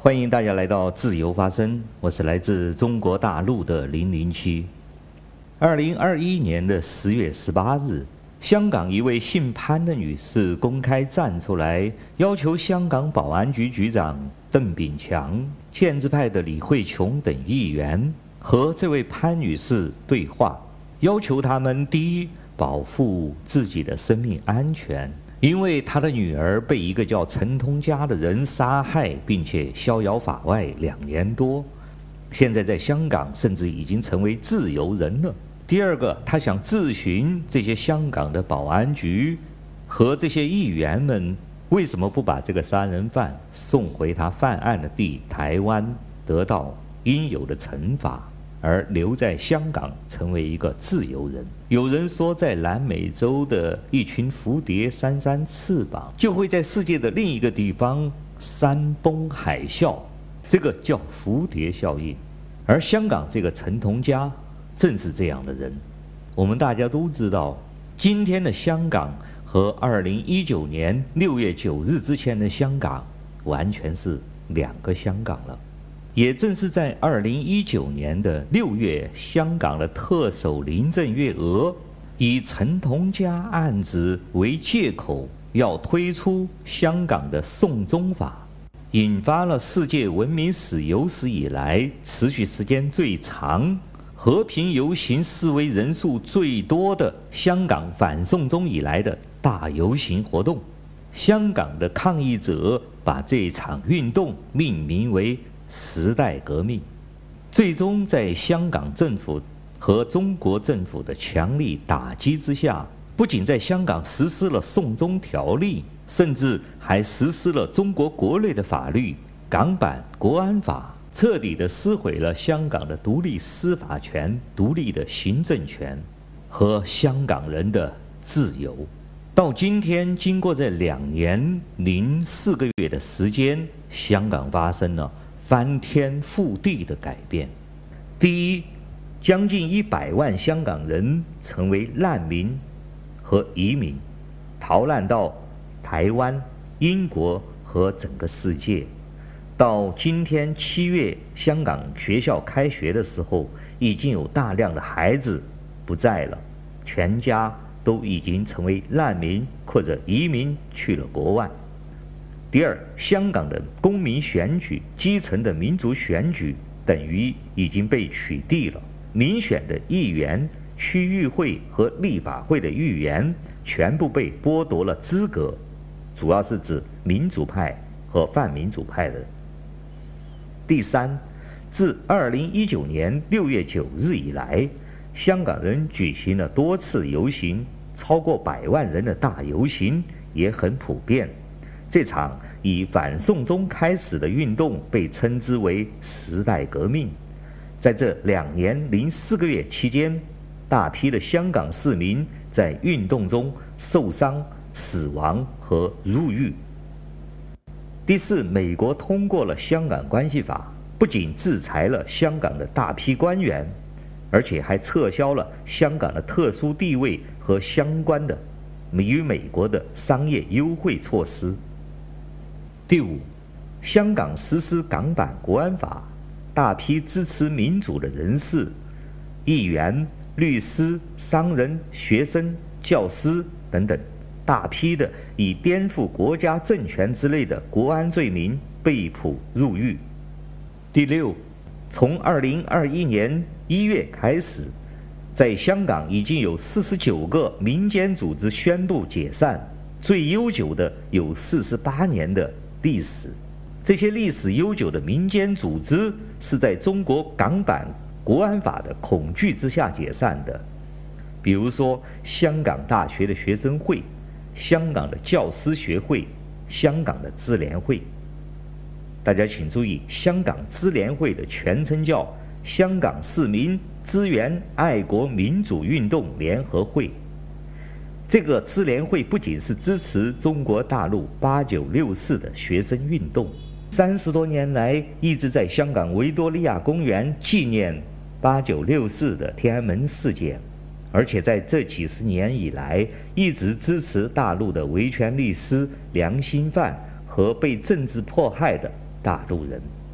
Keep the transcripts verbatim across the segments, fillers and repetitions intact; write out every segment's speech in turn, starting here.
欢迎大家来到自由发声，我是来自中国大陆的零零七。二零二一年的十月十八日，香港一位姓潘的女士公开站出来，要求香港保安局局长邓炳强、建制派的李慧琼等议员和这位潘女士对话，要求他们第一，保护自己的生命安全。因为他的女儿被一个叫陈同佳的人杀害，并且逍遥法外两年多，现在在香港甚至已经成为自由人了。第二个，他想质询这些香港的保安局和这些议员们，为什么不把这个杀人犯送回他犯案的地台湾，得到应有的惩罚，而留在香港成为一个自由人。有人说，在南美洲的一群蝴蝶扇扇翅膀，就会在世界的另一个地方山崩海啸，这个叫蝴蝶效应。而香港这个陈同佳正是这样的人。我们大家都知道，今天的香港和二零一九年六月九日之前的香港完全是两个香港了。也正是在二零一九年的六月，香港的特首林郑月娥以陈同佳案子为借口，要推出香港的送中法，引发了世界文明史有史以来持续时间最长、和平游行示威人数最多的香港反送中以来的大游行活动。香港的抗议者把这场运动命名为时代革命，最终在香港政府和中国政府的强力打击之下，不仅在香港实施了送中条例，甚至还实施了中国国内的法律港版国安法，彻底地撕毁了香港的独立司法权、独立的行政权和香港人的自由。到今天，经过这两年零四个月的时间，香港发生了翻天覆地的改变。第一，将近一百万香港人成为难民和移民，逃难到台湾、英国和整个世界。到今天七月，香港学校开学的时候，已经有大量的孩子不在了，全家都已经成为难民或者移民去了国外。第二，香港的公民选举、基层的民主选举等于已经被取缔了，民选的议员、区域会和立法会的议员全部被剥夺了资格，主要是指民主派和泛民主派的。第三，自二零一九年六月九日以来，香港人举行了多次游行，超过百万人的大游行也很普遍。这场以反送中开始的运动被称之为时代革命。在这两年零四个月期间，大批的香港市民在运动中受伤、死亡和入狱。第四，美国通过了《香港关系法》，不仅制裁了香港的大批官员，而且还撤销了香港的特殊地位和相关的与美国的商业优惠措施。第五，香港实施港版国安法，大批支持民主的人士、议员、律师、商人、学生、教师等等，大批的以颠覆国家政权之类的国安罪名被捕入狱。第六，从二零二一年一月开始，在香港已经有四十九个民间组织宣布解散，最悠久的有四十八年的历史。这些历史悠久的民间组织是在中国港版国安法的恐惧之下解散的，比如说香港大学的学生会、香港的教师学会、香港的支联会。大家请注意，香港支联会的全称叫香港市民支援爱国民主运动联合会。这个支联会不仅是支持中国大陆八九六四的学生运动，三十多年来一直在香港维多利亚公园纪念八九六四的天安门事件，而且在这几十年以来一直支持大陆的维权律师、良心犯和被政治迫害的大陆人。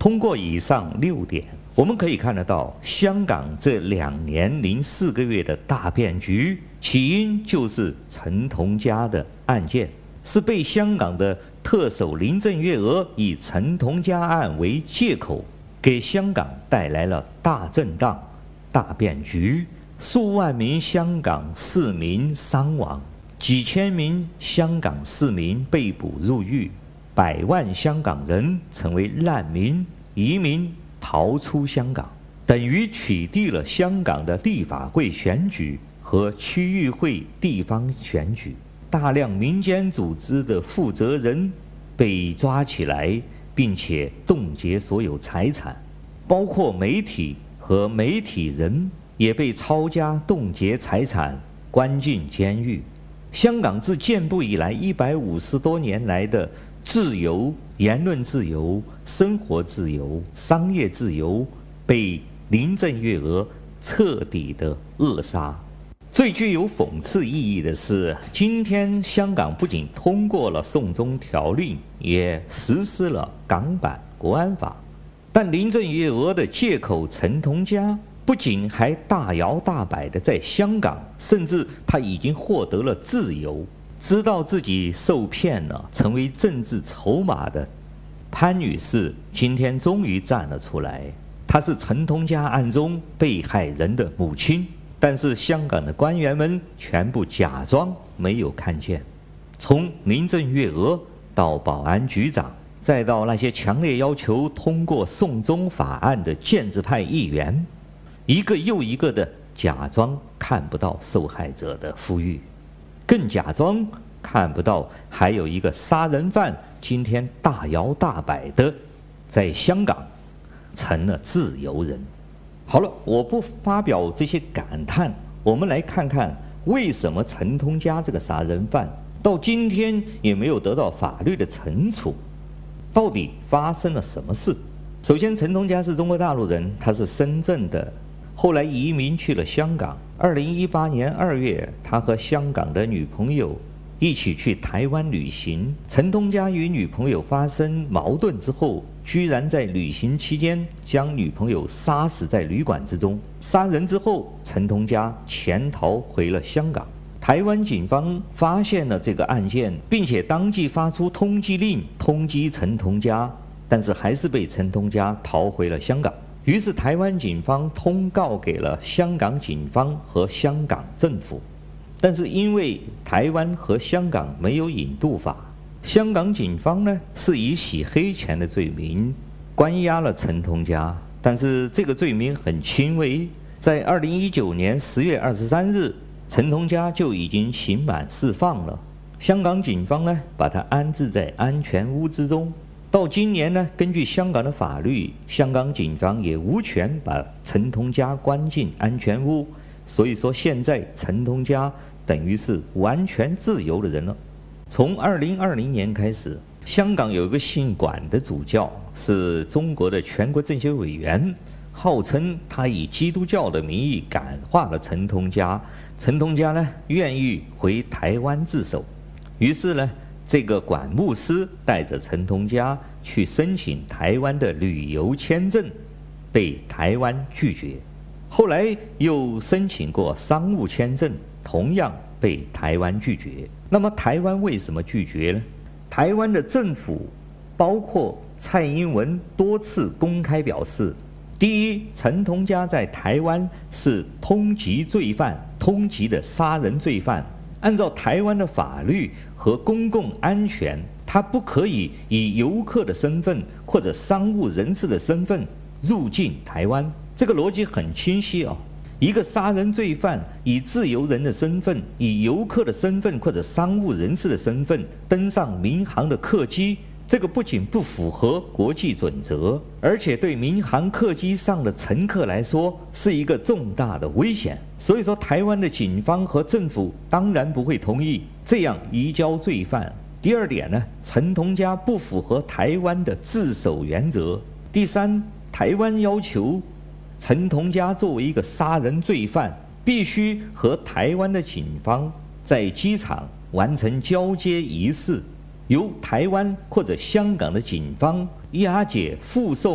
通过以上六点，我们可以看得到，香港这两年零四个月的大变局，起因就是陈同佳的案件，是被香港的特首林郑月娥以陈同佳案为借口，给香港带来了大震荡、大变局，数万名香港市民伤亡，几千名香港市民被捕入狱，百万香港人成为难民、移民逃出香港，等于取缔了香港的立法会选举和区域会地方选举。大量民间组织的负责人被抓起来，并且冻结所有财产，包括媒体和媒体人也被抄家冻结财产，关进监狱。香港自建国以来一百五十多年来的自由、言论自由、生活自由、商业自由被林郑月娥彻底的扼杀。最具有讽刺意义的是，今天香港不仅通过了送中条例，也实施了港版国安法，但林郑月娥的借口陈同佳不仅还大摇大摆的在香港，甚至他已经获得了自由。知道自己受骗了，成为政治筹码的潘女士今天终于站了出来。她是陈同佳案中被害人的母亲，但是香港的官员们全部假装没有看见。从林郑月娥到保安局长，再到那些强烈要求通过送中法案的建制派议员，一个又一个的假装看不到受害者的呼吁，更假装看不到还有一个杀人犯今天大摇大摆的在香港成了自由人。好了，我不发表这些感叹，我们来看看为什么陈同佳这个杀人犯到今天也没有得到法律的惩处，到底发生了什么事？首先，陈同佳是中国大陆人，他是深圳的，后来移民去了香港。二零一八年二月，他和香港的女朋友一起去台湾旅行。陈同佳与女朋友发生矛盾之后，居然在旅行期间将女朋友杀死在旅馆之中。杀人之后，陈同佳潜逃回了香港。台湾警方发现了这个案件，并且当即发出通缉令通缉陈同佳，但是还是被陈同佳逃回了香港。于是台湾警方通告给了香港警方和香港政府，但是因为台湾和香港没有引渡法，香港警方呢是以洗黑钱的罪名关押了陈同佳，但是这个罪名很轻微，在二零一九年十月二十三日，陈同佳就已经刑满释放了。香港警方呢把他安置在安全屋之中。到今年呢，根据香港的法律，香港警方也无权把陈同佳关进安全屋，所以说现在陈同佳等于是完全自由的人了。从二零二零年开始，香港有一个姓管的主教，是中国的全国政协委员，号称他以基督教的名义感化了陈同佳。陈同佳呢愿意回台湾自首，于是呢这个管牧师带着陈同佳去申请台湾的旅游签证，被台湾拒绝。后来又申请过商务签证，同样被台湾拒绝。那么台湾为什么拒绝呢？台湾的政府包括蔡英文多次公开表示，第一，陈同佳在台湾是通缉罪犯，通缉的杀人罪犯，按照台湾的法律和公共安全，他不可以以游客的身份或者商务人士的身份入境台湾。这个逻辑很清晰哦。一个杀人罪犯以自由人的身份、以游客的身份或者商务人士的身份登上民航的客机，这个不仅不符合国际准则，而且对民航客机上的乘客来说是一个重大的危险。所以说，台湾的警方和政府当然不会同意这样移交罪犯。第二点呢，陈同佳不符合台湾的自首原则。第三，台湾要求陈同佳作为一个杀人罪犯，必须和台湾的警方在机场完成交接仪式，由台湾或者香港的警方押解、附送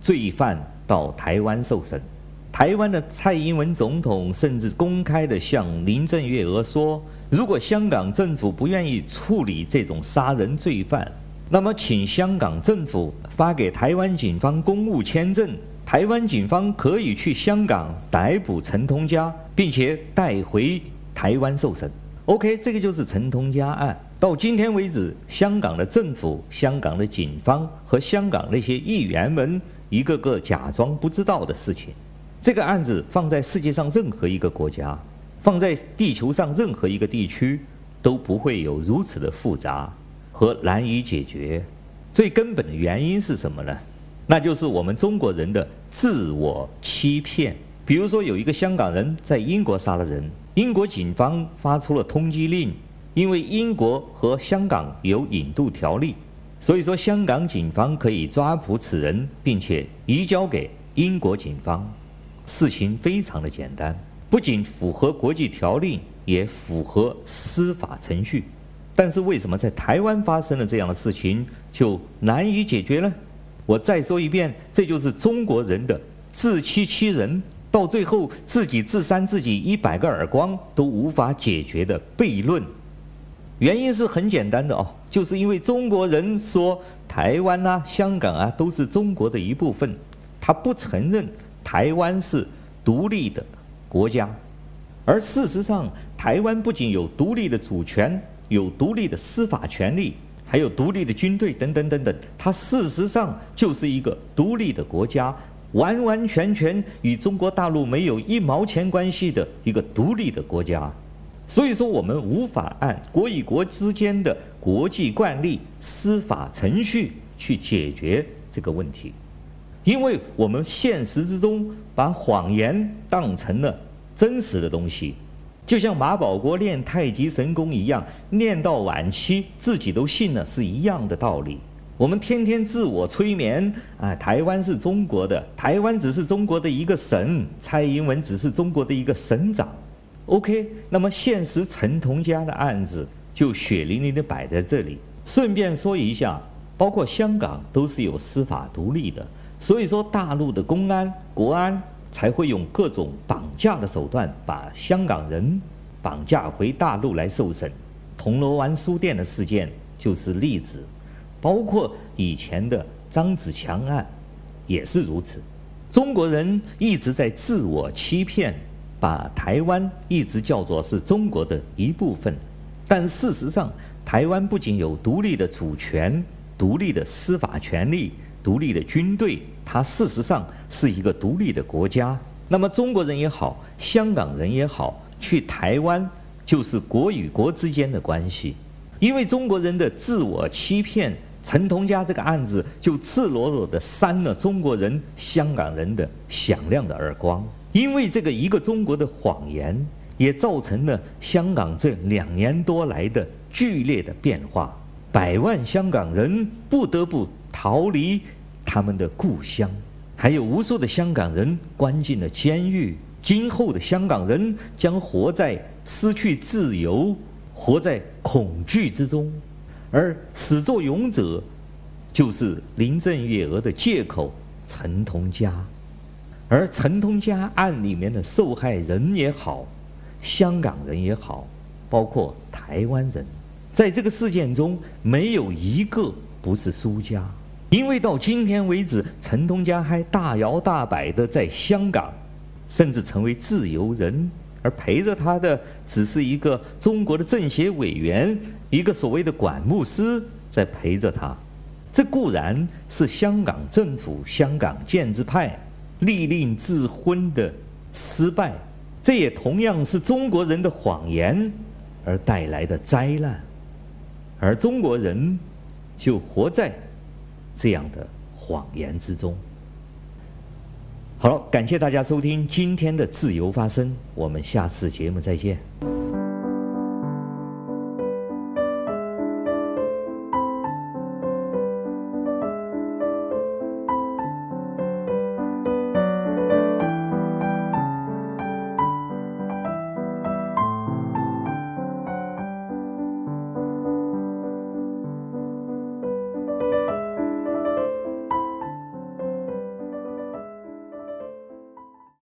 罪犯到台湾受审。台湾的蔡英文总统甚至公开地向林郑月娥说，如果香港政府不愿意处理这种杀人罪犯，那么请香港政府发给台湾警方公务签证，台湾警方可以去香港逮捕陈同佳，并且带回台湾受审。 OK， 这个就是陈同佳案。到今天为止，香港的政府、香港的警方和香港那些议员们一个个假装不知道的事情。这个案子放在世界上任何一个国家，放在地球上任何一个地区，都不会有如此的复杂和难以解决。最根本的原因是什么呢？那就是我们中国人的自我欺骗。比如说，有一个香港人在英国杀了人，英国警方发出了通缉令，因为英国和香港有引渡条例，所以说香港警方可以抓捕此人，并且移交给英国警方。事情非常的简单，不仅符合国际条例，也符合司法程序。但是为什么在台湾发生了这样的事情就难以解决呢？我再说一遍，这就是中国人的自欺欺人，到最后自己自扇自己一百个耳光都无法解决的悖论。原因是很简单的哦，就是因为中国人说台湾啊、香港啊都是中国的一部分，他不承认台湾是独立的国家。而事实上，台湾不仅有独立的主权，有独立的司法权利，还有独立的军队等等等等，它事实上就是一个独立的国家，完完全全与中国大陆没有一毛钱关系的一个独立的国家。所以说，我们无法按国与国之间的国际惯例、司法程序去解决这个问题，因为我们现实之中把谎言当成了真实的东西。就像马保国练太极神功一样，练到晚期自己都信了，是一样的道理。我们天天自我催眠啊，台湾是中国的，台湾只是中国的一个省，蔡英文只是中国的一个省长。OK， 那么现实陈同佳的案子就血淋淋的摆在这里。顺便说一下，包括香港都是有司法独立的，所以说大陆的公安、国安才会用各种绑架的手段把香港人绑架回大陆来受审。铜锣湾书店的事件就是例子，包括以前的张子强案也是如此。中国人一直在自我欺骗，把台湾一直叫做是中国的一部分，但事实上，台湾不仅有独立的主权、独立的司法权利、独立的军队，它事实上是一个独立的国家。那么中国人也好，香港人也好，去台湾就是国与国之间的关系。因为中国人的自我欺骗，陈同佳这个案子就赤裸裸地扇了中国人、香港人的响亮的耳光。因为这个一个中国的谎言，也造成了香港这两年多来的剧烈的变化。百万香港人不得不逃离他们的故乡，还有无数的香港人关进了监狱。今后的香港人将活在失去自由、活在恐惧之中，而始作俑者就是林郑月娥的借口陈同佳。而陈同佳案里面的受害人也好，香港人也好，包括台湾人，在这个事件中没有一个不是输家。因为到今天为止，陈同佳还大摇大摆的在香港，甚至成为自由人，而陪着他的只是一个中国的政协委员，一个所谓的管牧师在陪着他。这固然是香港政府、香港建制派利令智昏的失败，这也同样是中国人的谎言而带来的灾难，而中国人就活在这样的谎言之中。好了，感谢大家收听今天的自由发声，我们下次节目再见。